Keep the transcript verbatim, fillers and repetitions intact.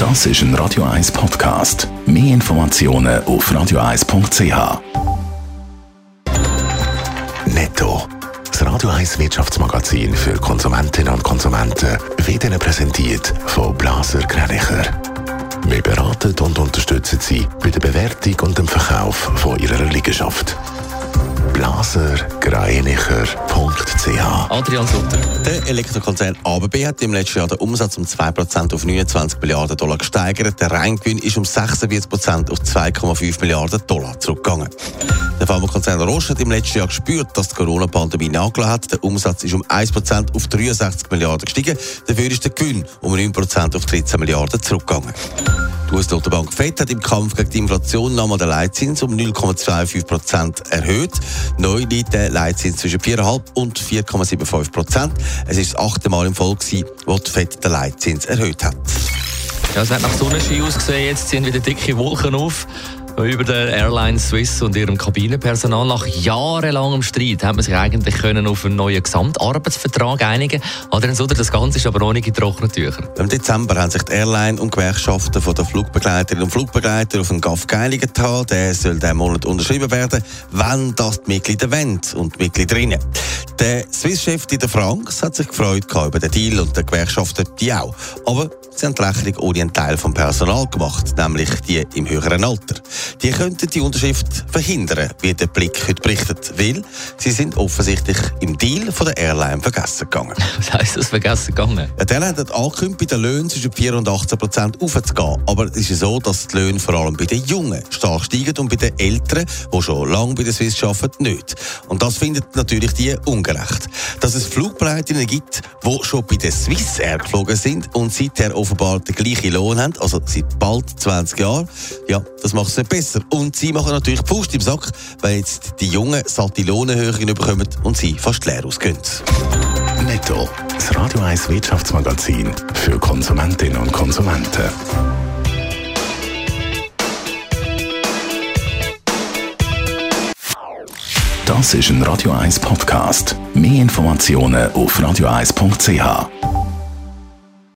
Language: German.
Das ist ein Radio eins Podcast. Mehr Informationen auf radio eins punkt c h. Netto, das Radio eins Wirtschaftsmagazin für Konsumentinnen und Konsumenten, wird Ihnen präsentiert von Blaser Greinicher. Wir beraten und unterstützen Sie bei der Bewertung und dem Verkauf von Ihrer Liegenschaft. blaser greinicher punkt c h. Adrian Sutter. Der Elektrokonzern A B B hat im letzten Jahr den Umsatz um zwei Prozent auf neunundzwanzig Milliarden Dollar gesteigert. Der Reingewinn ist um sechsundvierzig Prozent auf zwei Komma fünf Milliarden Dollar zurückgegangen. Der Pharmakonzern Roche hat im letzten Jahr gespürt, dass die Corona-Pandemie nachgelassen hat. Der Umsatz ist um ein Prozent auf dreiundsechzig Milliarden gestiegen. Dafür ist der Gewinn um neun Prozent auf dreizehn Milliarden zurückgegangen. Die U S-Notenbank Fed hat im Kampf gegen die Inflation nochmal den Leitzins um null Komma fünfundzwanzig Prozent erhöht. Neu liegt der Leitzins zwischen vier Komma fünf und vier Komma fünfundsiebzig Prozent. Es ist das achte Mal im Folge, wo die Fed den Leitzins erhöht hat. Ja, es hat nach Sonnenschein ausgesehen. Jetzt ziehen wieder dicke Wolken auf über der Airline Swiss und ihrem Kabinenpersonal. Nach jahrelangem Streit haben wir sich eigentlich können auf einen neuen Gesamtarbeitsvertrag einigen. Adrian Sutter, das Ganze ist aber noch nicht in trockenen Tüchern. Im Dezember haben sich die Airline und Gewerkschaften von den Flugbegleiterinnen und Flugbegleiter auf einen G A F geeinigt. Der soll diesen Monat unterschrieben werden, wenn das die Mitglieder wollen und die Mitgliederinnen. Der Swiss-Chef Dieter Franks hat sich gefreut über den Deal und die Gewerkschaften die auch. Aber sie haben die Rechnung ohne einen Teil vom Personal gemacht, nämlich die im höheren Alter. Die könnten die Unterschrift verhindern, wie der Blick heute berichtet, weil sie sind offensichtlich im Deal von der Airline vergessen gegangen. Was heisst das, vergessen gegangen? Ja, die Airline hat angekündigt, bei den Löhnen zwischen vier und achtzehn Prozent aufzugehen. Aber es ist ja so, dass die Löhne vor allem bei den Jungen stark steigen und bei den Älteren, die schon lange bei der Swiss arbeiten, nicht. Und das findet natürlich die ungerecht. Dass es Flugbegleiterinnen gibt, die schon bei der Swiss Air geflogen sind und seither offenbar den gleichen Lohn haben, also seit bald zwanzig Jahren, ja, das macht es nicht besser. Und sie machen natürlich die Faust im Sack, weil jetzt die Jungen satte Lohnerhöhungen bekommen und sie fast leer ausgehen. Netto, das Radio eins Wirtschaftsmagazin für Konsumentinnen und Konsumenten. Das ist ein Radio eins Podcast. Mehr Informationen auf radio eins punkt c h.